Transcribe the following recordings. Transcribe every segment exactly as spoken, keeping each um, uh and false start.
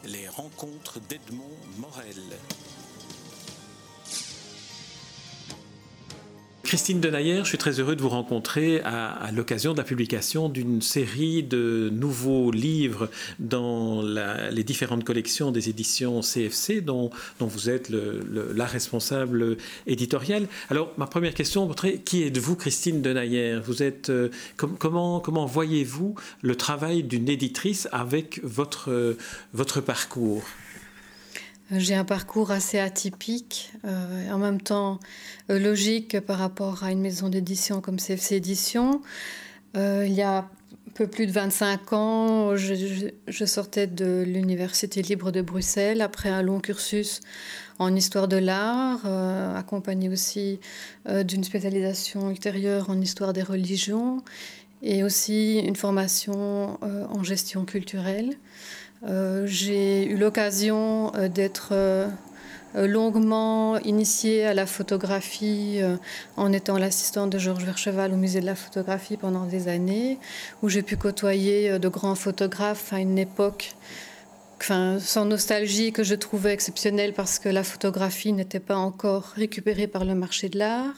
Les rencontres d'Edmond Morel. Christine Denayer, je suis très heureux de vous rencontrer à, à l'occasion de la publication d'une série de nouveaux livres dans la, les différentes collections des éditions C F C dont, dont vous êtes le, le, la responsable éditoriale. Alors, ma première question, qui êtes-vous, Christine Denayer? Vous êtes, euh, com- comment, comment voyez-vous le travail d'une éditrice avec votre, euh, votre parcours? J'ai un parcours assez atypique, euh, en même temps euh, logique par rapport à une maison d'édition comme C F C Éditions. Euh, il y a un peu plus de vingt-cinq ans, je, je, je sortais de l'Université libre de Bruxelles après un long cursus en histoire de l'art, euh, accompagné aussi euh, d'une spécialisation ultérieure en histoire des religions et aussi une formation euh, en gestion culturelle. Euh, j'ai eu l'occasion euh, d'être euh, longuement initiée à la photographie euh, en étant l'assistante de Georges Vercheval au musée de la photographie pendant des années, où j'ai pu côtoyer euh, de grands photographes à une époque enfin, sans nostalgie que je trouvais exceptionnelle parce que la photographie n'était pas encore récupérée par le marché de l'art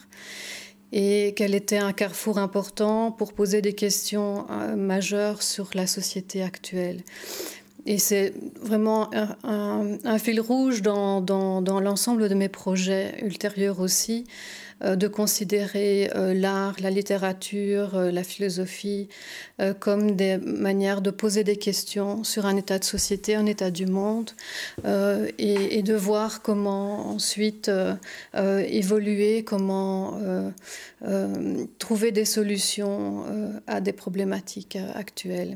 et qu'elle était un carrefour important pour poser des questions euh, majeures sur la société actuelle. Et c'est vraiment un, un, un fil rouge dans, dans, dans l'ensemble de mes projets ultérieurs aussi, euh, de considérer euh, l'art, la littérature, euh, la philosophie euh, comme des manières de poser des questions sur un état de société, un état du monde, euh, et, et de voir comment ensuite euh, euh, évoluer, comment euh, euh, trouver des solutions euh, à des problématiques euh, actuelles.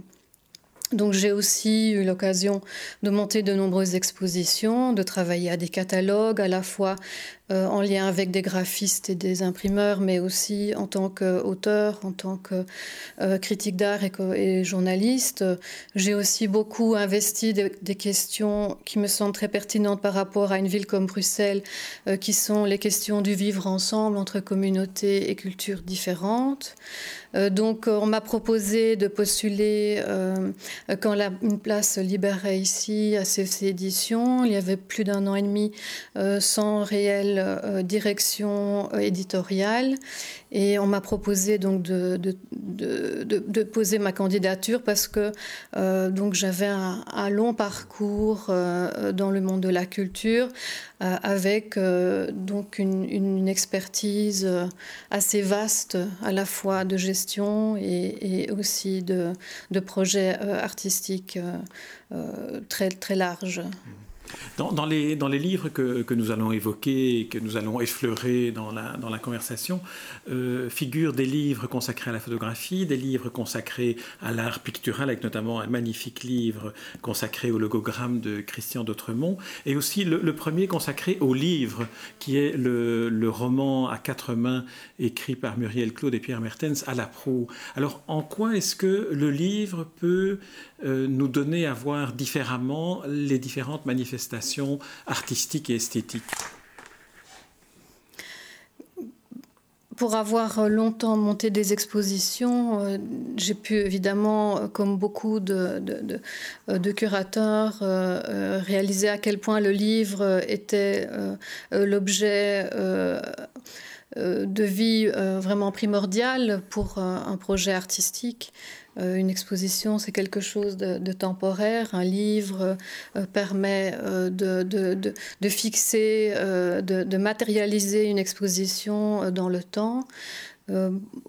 Donc j'ai aussi eu l'occasion de monter de nombreuses expositions, de travailler à des catalogues, à la fois euh, en lien avec des graphistes et des imprimeurs, mais aussi en tant qu'auteur, en tant que euh, critique d'art et, et journaliste. J'ai aussi beaucoup investi de, des questions qui me semblent très pertinentes par rapport à une ville comme Bruxelles, euh, qui sont les questions du vivre ensemble entre communautés et cultures différentes. Euh, donc on m'a proposé de postuler euh, quand la, une place libérait ici à C F C Éditions. Il y avait plus d'un an et demi euh, sans réelle euh, direction euh, éditoriale. Et on m'a proposé donc de, de, de, de, de poser ma candidature parce que euh, donc j'avais un, un long parcours euh, dans le monde de la culture euh, avec euh, donc une, une expertise assez vaste à la fois de gestion et, et aussi de, de projets euh, artistiques euh, euh, très, très larges. Dans, dans, les, dans les livres que, que nous allons évoquer et que nous allons effleurer dans la, dans la conversation, euh, figurent des livres consacrés à la photographie, des livres consacrés à l'art pictural, avec notamment un magnifique livre consacré au logogramme de Christian d'Autremont, et aussi le, le premier consacré au livre, qui est le, le roman à quatre mains écrit par Muriel Claude et Pierre Mertens, À la proue. Alors, en quoi est-ce que le livre peut euh, nous donner à voir différemment les différentes manifestations artistiques et esthétiques? Pour avoir longtemps monté des expositions, euh, j'ai pu évidemment, comme beaucoup de, de, de, de curateurs, euh, réaliser à quel point le livre était euh, l'objet euh, de vie euh, vraiment primordial pour euh, un projet artistique. Euh, une exposition, c'est quelque chose de, de temporaire. Un livre euh, permet euh, de, de, de, de fixer, euh, de, de matérialiser une exposition euh, dans le temps. Euh,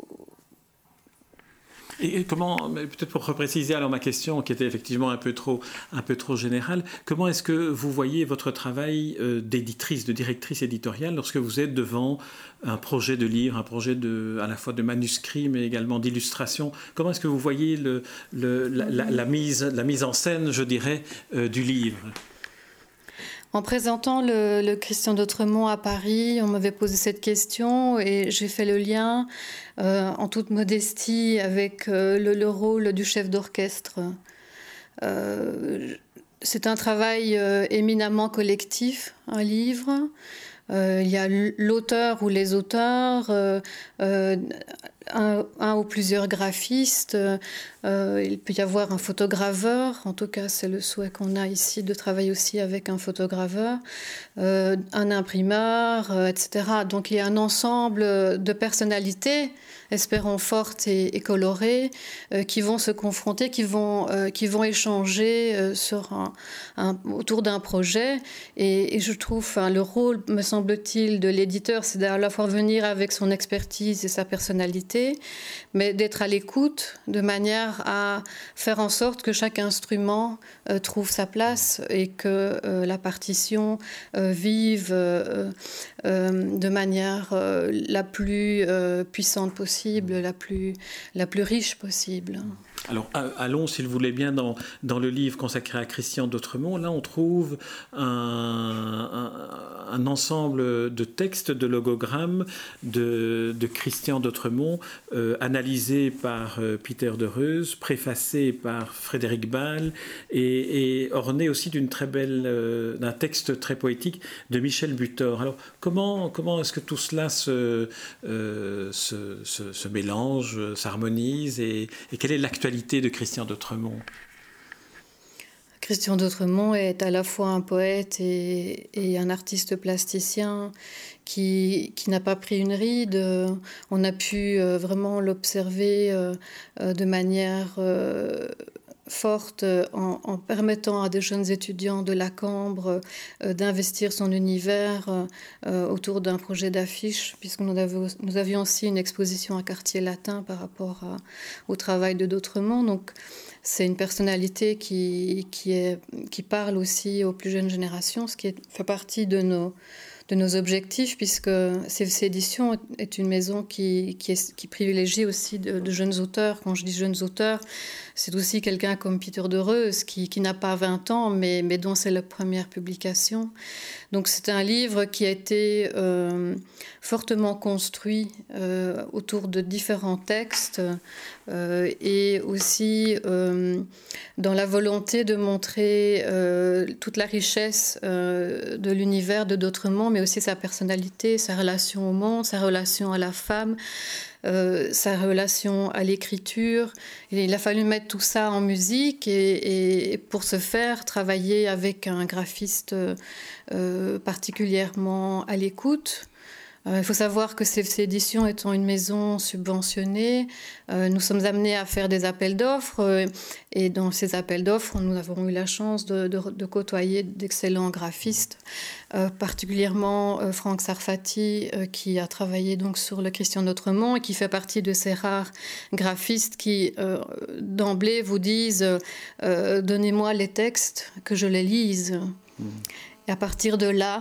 Et comment, peut-être pour repréciser alors ma question qui était effectivement un peu trop, un peu trop générale, comment est-ce que vous voyez votre travail euh, d'éditrice, de directrice éditoriale lorsque vous êtes devant un projet de livre, un projet de, à la fois de manuscrit mais également d'illustration? Comment est-ce que vous voyez le, le, la, la, la, mise, la mise en scène, je dirais, euh, du livre? En présentant le, le Christian d'Autremont à Paris, on m'avait posé cette question et j'ai fait le lien euh, en toute modestie avec euh, le, le rôle du chef d'orchestre. Euh, c'est un travail euh, éminemment collectif, un livre. Euh, il y a l'auteur ou les auteurs, euh, euh, un, un ou plusieurs graphistes. Euh, il peut y avoir un photograveur. En tout cas, c'est le souhait qu'on a ici de travailler aussi avec un photograveur, euh, un imprimeur, euh, et cetera. Donc il y a un ensemble de personnalités, espérons fortes et, et colorées, euh, qui vont se confronter, qui vont, euh, qui vont échanger euh, sur un, un, autour d'un projet. Et, et je trouve, enfin, le rôle, me semble-t-il, de l'éditeur, c'est à la fois venir avec son expertise et sa personnalité, mais d'être à l'écoute de manière à faire en sorte que chaque instrument euh, trouve sa place et que euh, la partition euh, vive euh, euh, de manière euh, la plus euh, puissante possible, la plus, la plus riche possible. Alors, allons, s'il vous plaît bien, dans, dans le livre consacré à Christian d'Autremont. Là, on trouve un, un, un ensemble de textes, de logogrammes de, de Christian d'Autremont, euh, analysés par euh, Peter de Reuze, préfacés par Frédéric Bahl et, et ornés aussi d'une très belle, euh, d'un texte très poétique de Michel Butor. Alors, comment, comment est-ce que tout cela se, euh, se, se, se mélange, s'harmonise et, et quelle est l'actualité de Christian d'Autremont? Christian d'Autremont est à la fois un poète et, et un artiste plasticien qui, qui n'a pas pris une ride. On a pu euh, vraiment l'observer euh, euh, de manière euh, forte en, en permettant à des jeunes étudiants de la Cambre euh, d'investir son univers euh, autour d'un projet d'affiche, puisque nous, avions, nous avions aussi une exposition à Quartier Latin par rapport à, au travail de d'Autremont. Donc, c'est une personnalité qui, qui, est, qui parle aussi aux plus jeunes générations, ce qui est, fait partie de nos, de nos objectifs, puisque C F C Éditions est une maison qui, qui, est, qui privilégie aussi de, de jeunes auteurs. Quand je dis jeunes auteurs, c'est aussi quelqu'un comme Peter de Reuze, qui, qui n'a pas vingt ans, mais, mais dont c'est la première publication. Donc c'est un livre qui a été euh, fortement construit euh, autour de différents textes euh, et aussi euh, dans la volonté de montrer euh, toute la richesse euh, de l'univers de d'Autremont, mais aussi sa personnalité, sa relation au monde, sa relation à la femme, Euh, sa relation à l'écriture. Et il a fallu mettre tout ça en musique et, et pour ce faire, travailler avec un graphiste euh, particulièrement à l'écoute. Euh, il faut savoir que C F C Éditions étant une maison subventionnée, euh, nous sommes amenés à faire des appels d'offres euh, et dans ces appels d'offres, nous avons eu la chance de, de, de côtoyer d'excellents graphistes, euh, particulièrement euh, Franck Sarfati euh, qui a travaillé donc sur le Christian d'Autremont et qui fait partie de ces rares graphistes qui euh, d'emblée vous disent euh, donnez-moi les textes que je les lise. Mmh. Et à partir de là,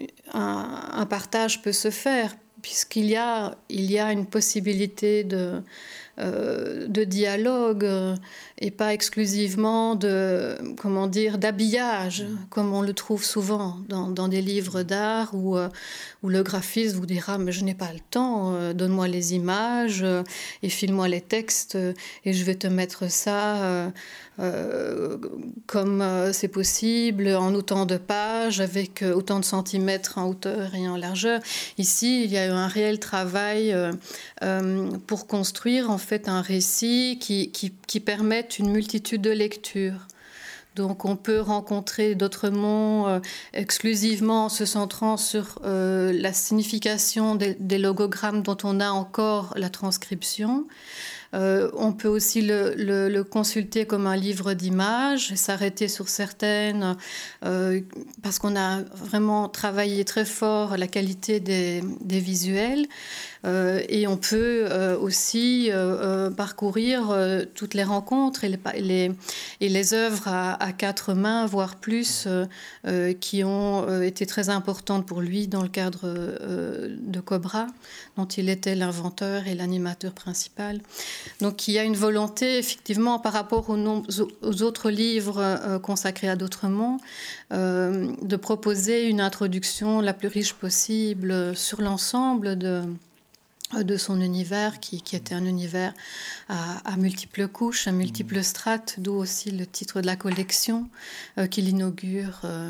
un, un partage peut se faire, puisqu'il y a, il y a une possibilité de, euh, de dialogue euh, et pas exclusivement de, comment dire, d'habillage, comme on le trouve souvent dans, dans des livres d'art où, euh, où le graphiste vous dira « mais je n'ai pas le temps, euh, donne-moi les images euh, et file-moi les textes euh, et je vais te mettre ça euh, euh, comme euh, c'est possible, en autant de pages, avec euh, autant de centimètres en hauteur et en largeur ». Ici, il y a eu un réel travail euh, euh, pour construire en fait un récit qui, qui, qui permette une multitude de lectures. Donc on peut rencontrer d'Autremont euh, exclusivement en se centrant sur euh, la signification des, des logogrammes dont on a encore la transcription. Euh, on peut aussi le, le, le consulter comme un livre d'images, s'arrêter sur certaines, euh, parce qu'on a vraiment travaillé très fort la qualité des, des visuels. Euh, et on peut euh, aussi euh, euh, parcourir euh, toutes les rencontres et les, les, et les œuvres à, à quatre mains, voire plus, euh, euh, qui ont euh, été très importantes pour lui dans le cadre euh, de Cobra, dont il était l'inventeur et l'animateur principal. Donc il y a une volonté, effectivement, par rapport aux, nom- aux autres livres euh, consacrés à d'Autremont, euh, de proposer une introduction la plus riche possible sur l'ensemble de... de son univers, qui, qui était un univers à, à multiples couches, à multiples strates, d'où aussi le titre de la collection euh, qu'il inaugure euh,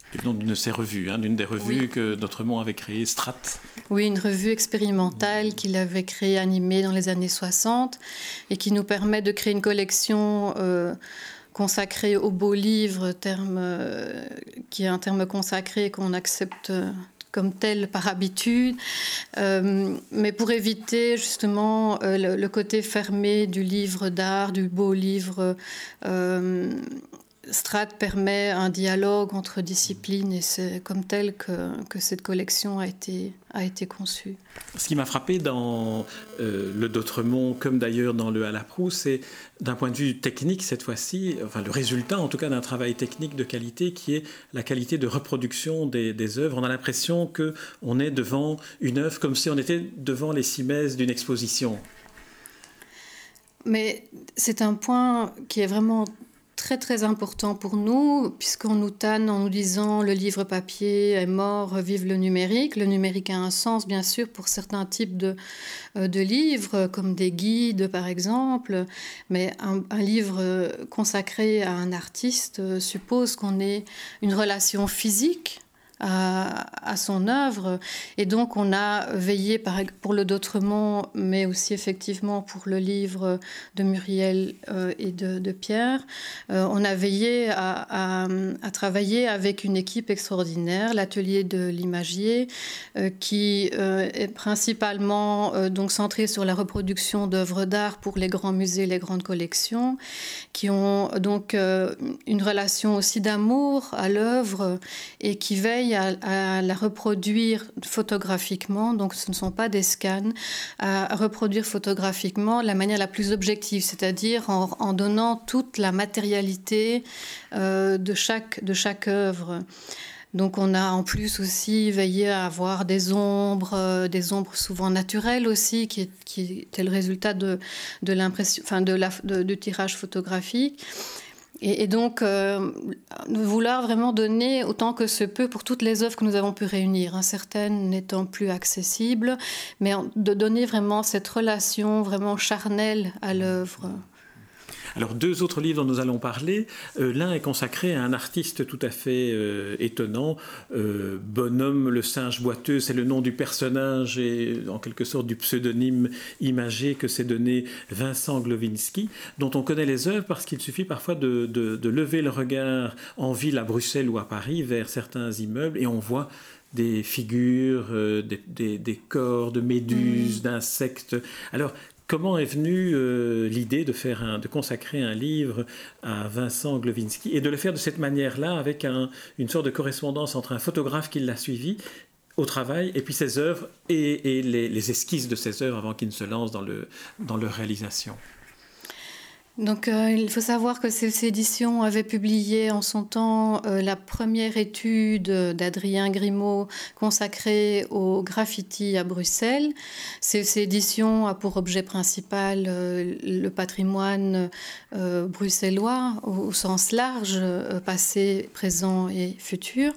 Le nom d'une de ces revues, hein, d'une des revues oui. que D'autremont avait créée, Strat. Oui, une revue expérimentale qu'il avait créée, animée dans les années soixante et qui nous permet de créer une collection euh, consacrée aux beaux livres, terme, euh, qui est un terme consacré qu'on accepte comme tel par habitude, euh, mais pour éviter justement euh, le, le côté fermé du livre d'art, du beau livre. Euh, Strat permet un dialogue entre disciplines et c'est comme tel que, que cette collection a été, a été conçue. Ce qui m'a frappé dans euh, le D'autremont, comme d'ailleurs dans le Halaproust, c'est d'un point de vue technique cette fois-ci, enfin le résultat en tout cas d'un travail technique de qualité qui est la qualité de reproduction des, des œuvres. On a l'impression qu'on est devant une œuvre comme si on était devant les cimaises d'une exposition. Mais c'est un point qui est vraiment très très important pour nous, puisqu'on nous tanne en nous disant le livre papier est mort, vive le numérique. Le numérique a un sens bien sûr pour certains types de, de livres, comme des guides par exemple, mais un, un livre consacré à un artiste suppose qu'on ait une relation physique À, à son œuvre et donc on a veillé par, pour le D'autremont mais aussi effectivement pour le livre de Muriel euh, et de, de Pierre euh, on a veillé à, à, à travailler avec une équipe extraordinaire, l'atelier de l'imagier euh, qui euh, est principalement euh, donc centré sur la reproduction d'œuvres d'art pour les grands musées, les grandes collections, qui ont donc euh, une relation aussi d'amour à l'œuvre et qui veillent À, à la reproduire photographiquement, donc ce ne sont pas des scans, à reproduire photographiquement la manière la plus objective, c'est-à-dire en, en donnant toute la matérialité euh, de chaque, de chaque œuvre. Donc on a en plus aussi veillé à avoir des ombres, euh, des ombres souvent naturelles aussi, qui, est, qui était le résultat de, de l'impression, enfin de la, de, du tirage photographique. Et, et donc, euh, vouloir vraiment donner autant que se peut pour toutes les œuvres que nous avons pu réunir, hein, certaines n'étant plus accessibles, mais de donner vraiment cette relation vraiment charnelle à l'œuvre. Alors deux autres livres dont nous allons parler, euh, l'un est consacré à un artiste tout à fait euh, étonnant, euh, Bonhomme le singe boiteux, c'est le nom du personnage et en quelque sorte du pseudonyme imagé que s'est donné Vincent Glowinski, dont on connaît les œuvres parce qu'il suffit parfois de, de, de lever le regard en ville à Bruxelles ou à Paris vers certains immeubles et on voit des figures, euh, des, des, des corps de méduses, mmh. d'insectes. Alors, comment est venue euh, l'idée de, faire un, de consacrer un livre à Vincent Glowinski et de le faire de cette manière-là avec un, une sorte de correspondance entre un photographe qui l'a suivi au travail et puis ses œuvres et, et les, les esquisses de ses œuvres avant qu'il ne se lance dans, le, dans leur réalisation? Donc, euh, il faut savoir que C F C Éditions avait publié en son temps euh, la première étude d'Adrien Grimaud consacrée au graffiti à Bruxelles. C F C Éditions a pour objet principal euh, le patrimoine euh, bruxellois au, au sens large, euh, passé, présent et futur.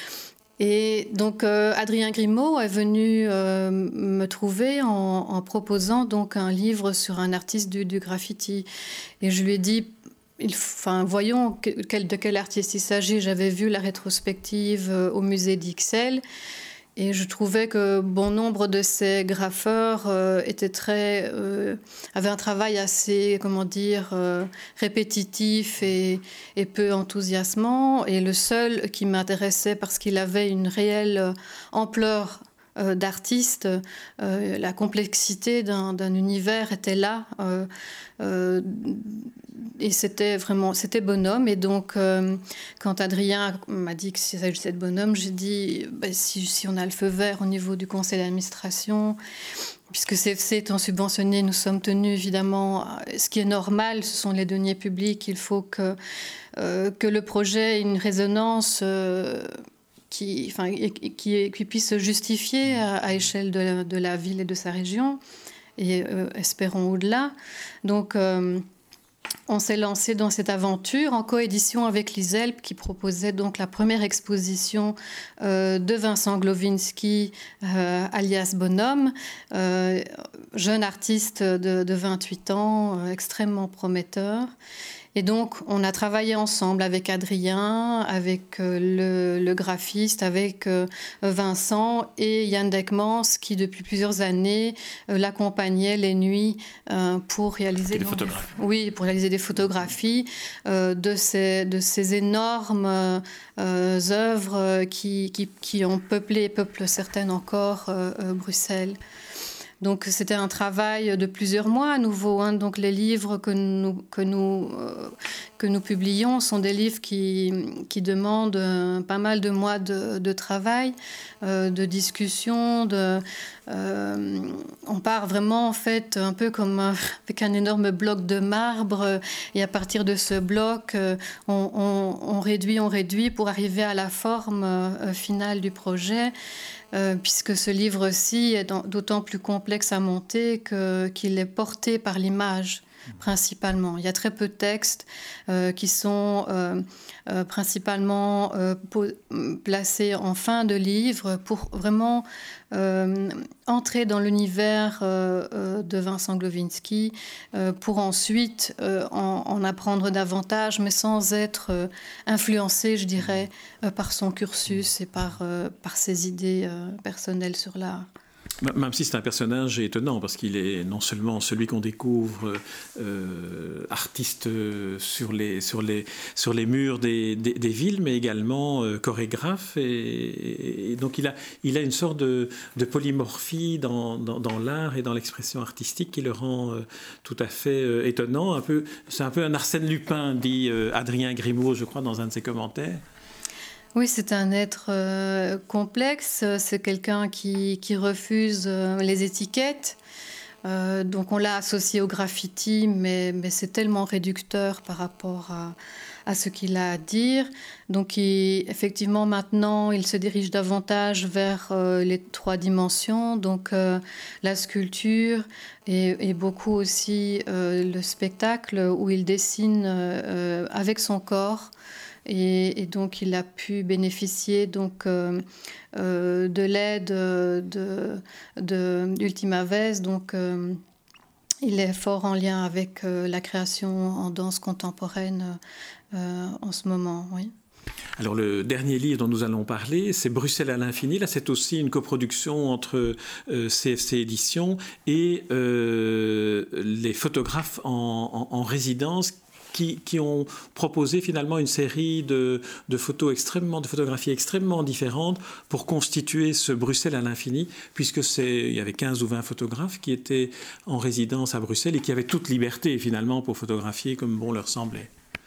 Et donc euh, Adrien Grimaud est venu euh, me trouver en, en proposant donc un livre sur un artiste du, du graffiti. Et je lui ai dit, il, enfin, voyons que, quel, de quel artiste il s'agit. J'avais vu la rétrospective euh, au musée d'I X L. Et je trouvais que bon nombre de ces graffeurs euh, étaient très, euh, avaient un travail assez, comment dire, euh, répétitif et, et peu enthousiasmant. Et le seul qui m'intéressait parce qu'il avait une réelle ampleur euh, d'artiste, euh, la complexité d'un, d'un univers était là. Euh, euh, et c'était vraiment, c'était Bonhomme. Et donc, euh, quand Adrien m'a dit qu'il s'agissait de Bonhomme, j'ai dit, bah, si, si on a le feu vert au niveau du conseil d'administration, puisque C F C étant subventionné, nous sommes tenus évidemment, ce qui est normal, ce sont les deniers publics, il faut que, euh, que le projet ait une résonance euh, qui, enfin, qui, qui puisse se justifier à, à échelle de, de la ville et de sa région, et euh, espérons au-delà. Donc, euh, on s'est lancé dans cette aventure en coédition avec l'I S E L P qui proposait donc la première exposition euh, de Vincent Glowinski, euh, alias Bonhomme, euh, jeune artiste de, de vingt-huit ans, euh, extrêmement prometteur. Et donc, on a travaillé ensemble avec Adrien, avec euh, le, le graphiste, avec euh, Vincent et Yann Dekmans, qui depuis plusieurs années euh, l'accompagnait les nuits euh, pour réaliser des donc, photographes. Des, oui, pour réaliser des photographies euh, de, ces, de ces énormes euh, œuvres qui, qui, qui ont peuplé et peuplent certaines encore euh, euh, Bruxelles. Donc c'était un travail de plusieurs mois à nouveau. Hein. Donc les livres que nous, que, nous, euh, que nous publions sont des livres qui, qui demandent euh, pas mal de mois de, de travail, euh, de discussion. De, euh, on part vraiment en fait un peu comme euh, avec un énorme bloc de marbre. Et à partir de ce bloc, euh, on, on, on réduit, on réduit pour arriver à la forme euh, finale du projet. Euh, puisque ce livre-ci est d'autant plus complexe à monter que, qu'il est porté par l'image principalement. Il y a très peu de textes euh, qui sont euh, euh, principalement euh, po- placés en fin de livre pour vraiment euh, entrer dans l'univers euh, euh, de Vincent Glowinski euh, pour ensuite euh, en, en apprendre davantage, mais sans être euh, influencé, je dirais, euh, par son cursus et par, euh, par ses idées euh, personnelles sur l'art. Même si c'est un personnage étonnant, parce qu'il est non seulement celui qu'on découvre euh, artiste sur les, sur, les, sur les murs des, des, des villes, mais également euh, chorégraphe. Et, et donc il a, il a une sorte de, de polymorphie dans, dans, dans l'art et dans l'expression artistique qui le rend euh, tout à fait euh, étonnant. Un peu, c'est un peu un Arsène Lupin, dit euh, Adrien Grimaud, je crois, dans un de ses commentaires. Oui, c'est un être euh, complexe, c'est quelqu'un qui, qui refuse euh, les étiquettes. Euh, donc on l'a associé au graffiti, mais, mais c'est tellement réducteur par rapport à, à ce qu'il a à dire. Donc il, effectivement, maintenant, il se dirige davantage vers euh, les trois dimensions, donc euh, la sculpture et, et beaucoup aussi euh, le spectacle où il dessine euh, avec son corps. Et, et donc, il a pu bénéficier donc, euh, euh, de l'aide de, de, d'Ultima Vez. Donc, euh, il est fort en lien avec euh, la création en danse contemporaine euh, en ce moment, oui. Alors le dernier livre dont nous allons parler, c'est Bruxelles à l'infini. Là, c'est aussi une coproduction entre euh, C F C Éditions et euh, les photographes en, en, en résidence Qui, qui ont proposé finalement une série de, de photos extrêmement, de photographies extrêmement différentes pour constituer ce Bruxelles à l'infini, puisque c'est, il y avait quinze ou vingt photographes qui étaient en résidence à Bruxelles et qui avaient toute liberté finalement pour photographier comme bon leur semblait.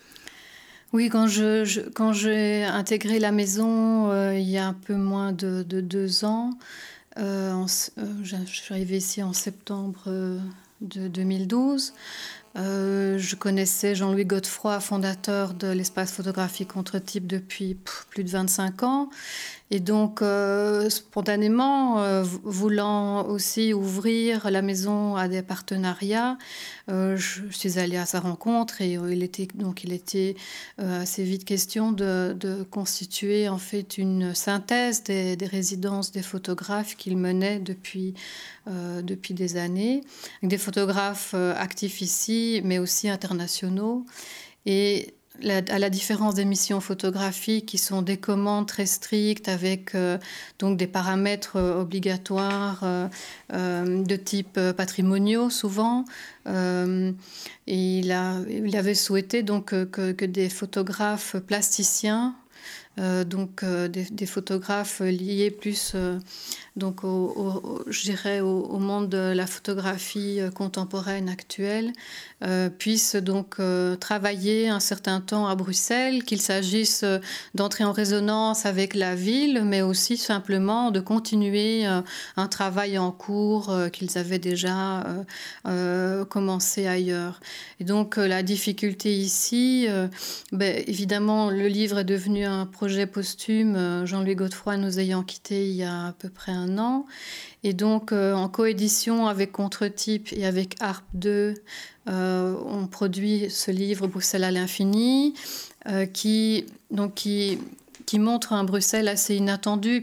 Oui, quand, je, je, quand j'ai intégré la maison euh, il y a un peu moins de, de deux ans, euh, en, euh, je suis arrivée ici en septembre euh, de deux mille douze. Euh, je connaissais Jean-Louis Godefroy, fondateur de l'espace photographique Contre-Type depuis pff, plus de vingt-cinq ans. Et donc, euh, spontanément, euh, voulant aussi ouvrir la maison à des partenariats, euh, je suis allée à sa rencontre et euh, il était, donc, il était euh, assez vite question de, de constituer en fait une synthèse des, des résidences des photographes qu'il menait depuis, euh, depuis des années, avec des photographes euh, actifs ici, mais aussi internationaux. Et La, à la différence des missions photographiques qui sont des commandes très strictes avec euh, donc des paramètres euh, obligatoires euh, euh, de type euh, patrimoniaux souvent. Euh, et il, a, il avait souhaité donc que, que des photographes plasticiens, euh, donc euh, des, des photographes liés plus euh, donc au, au, je dirais au, au monde de la photographie contemporaine actuelle, euh, puissent donc euh, travailler un certain temps à Bruxelles, qu'il s'agisse d'entrer en résonance avec la ville, mais aussi simplement de continuer euh, un travail en cours euh, qu'ils avaient déjà euh, euh, commencé ailleurs. Et donc euh, la difficulté ici, euh, ben, évidemment le livre est devenu un projet posthume, euh, Jean-Louis Godefroy nous ayant quittés il y a à peu près un an. Et donc, euh, en coédition avec Contre-Type et avec Harpe deux, euh, on produit ce livre Bruxelles à l'infini, euh, qui, donc, qui, qui montre un Bruxelles assez inattendu,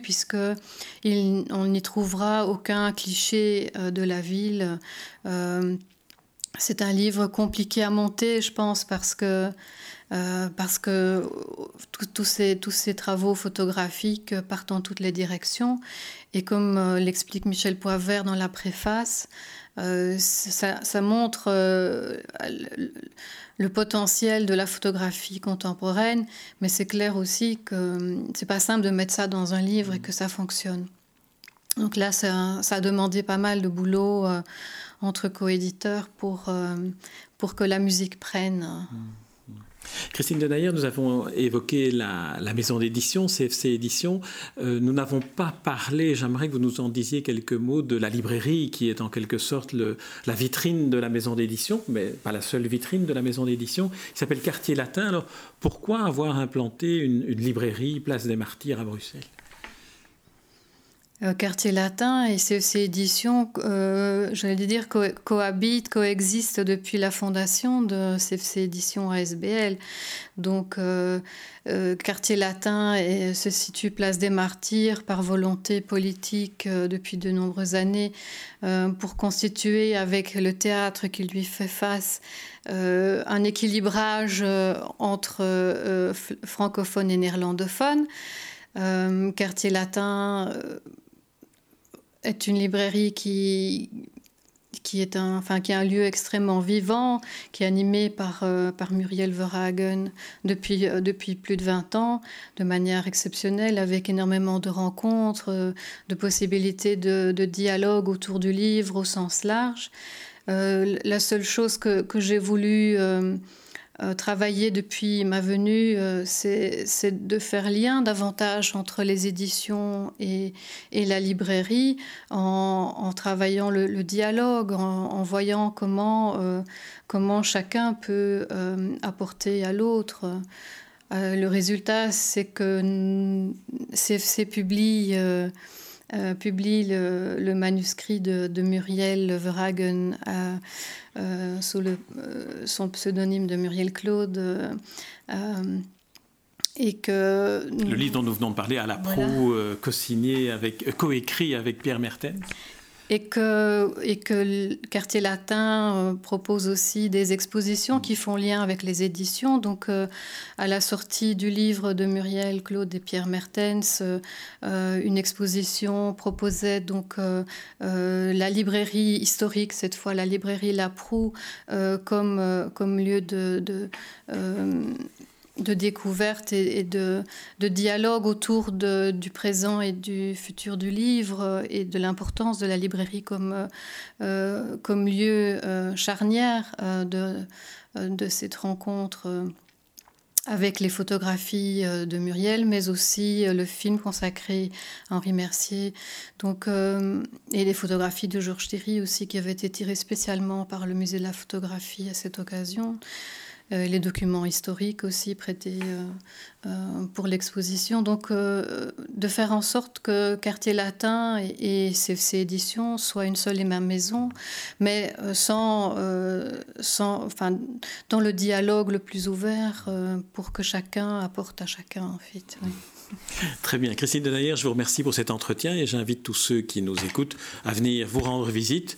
puisqu'on n'y trouvera aucun cliché euh, de la ville. Euh, c'est un livre compliqué à monter, je pense, parce que, euh, parce que tous ces, tous ces travaux photographiques partent dans toutes les directions. Et comme euh, l'explique Michel Poivert dans la préface, euh, ça, ça montre euh, le, le potentiel de la photographie contemporaine, mais c'est clair aussi que c'est pas simple de mettre ça dans un livre et que ça fonctionne. Donc là, ça, ça a demandé pas mal de boulot euh, entre coéditeurs pour, euh, pour que la musique prenne. Mmh. Christine Denayer, nous avons évoqué la, la maison d'édition, C F C Éditions. Euh, nous n'avons pas parlé, j'aimerais que vous nous en disiez quelques mots, de la librairie qui est en quelque sorte le, la vitrine de la maison d'édition, mais pas la seule vitrine de la maison d'édition, qui s'appelle Quartier Latin. Alors pourquoi avoir implanté une, une librairie Place des Martyrs à Bruxelles ? Euh, Quartier Latin et C F C Éditions, euh, j'allais dire, co cohabitent, coexistent depuis la fondation de C F C Éditions A S B L. Donc, euh, euh, Quartier Latin est, se situe Place des Martyrs par volonté politique euh, depuis de nombreuses années euh, pour constituer avec le théâtre qui lui fait face euh, un équilibrage euh, entre euh, francophones et néerlandophones. Euh, Quartier Latin euh, est une librairie qui, qui, est un, enfin, qui est un lieu extrêmement vivant, qui est animé par, euh, par Muriel Verhagen depuis, euh, depuis plus de vingt ans, de manière exceptionnelle, avec énormément de rencontres, euh, de possibilités de, de dialogue autour du livre au sens large. Euh, la seule chose que, que j'ai voulu euh, Euh, travailler depuis ma venue, euh, c'est de faire lien davantage entre les éditions et, et la librairie en, en travaillant le, le dialogue, en, en voyant comment, euh, comment chacun peut euh, apporter à l'autre. Euh, le résultat, c'est que C F C publie... Euh, Euh, publie le, le manuscrit de, de Muriel Verhagen euh, euh, sous le, euh, son pseudonyme de Muriel Claude. Euh, euh, et que, le livre dont nous venons de parler, à la voilà. proue, euh, co-signé avec, euh, coécrit avec Pierre Mertens. Et que, et que le Quartier Latin euh, propose aussi des expositions qui font lien avec les éditions. Donc, euh, à la sortie du livre de Muriel Claude et Pierre Mertens, euh, une exposition proposait donc euh, euh, la librairie historique, cette fois la librairie La Proue, euh, comme, euh, comme lieu de... de euh, de découverte et, et de, de dialogue autour de, du présent et du futur du livre et de l'importance de la librairie comme, euh, comme lieu euh, charnière euh, de, de cette rencontre euh, avec les photographies euh, de Muriel, mais aussi euh, le film consacré à Henri Mercier, donc, euh, et les photographies de Georges Thierry aussi, qui avaient été tirées spécialement par le musée de la photographie à cette occasion. Euh, les documents historiques aussi prêtés euh, euh, pour l'exposition. Donc, euh, de faire en sorte que Quartier Latin et, et C F C Éditions soient une seule et même maison, mais euh, sans, euh, sans, enfin, dans le dialogue le plus ouvert euh, pour que chacun apporte à chacun, en fait. Oui. Très bien. Christine Denayer, je vous remercie pour cet entretien et j'invite tous ceux qui nous écoutent à venir vous rendre visite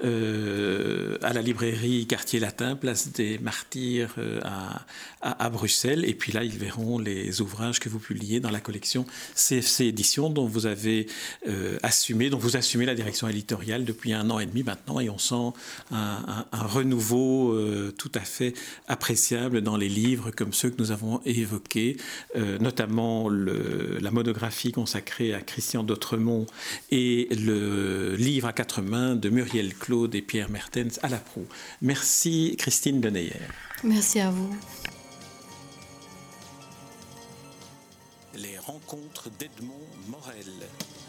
euh, à la librairie Quartier Latin, place des Martyrs euh, à, à, à Bruxelles. Et puis là, ils verront les ouvrages que vous publiez dans la collection C F C Éditions dont vous avez euh, assumé, dont vous assumez la direction éditoriale depuis un an et demi maintenant. Et on sent un, un, un renouveau euh, tout à fait appréciable dans les livres comme ceux que nous avons évoqués, euh, notamment le la monographie consacrée à Christian d'Autremont et le livre à quatre mains de Muriel Claude et Pierre Mertens à la proue. Merci Christine Denayer. Merci à vous. Les rencontres d'Edmond Morel.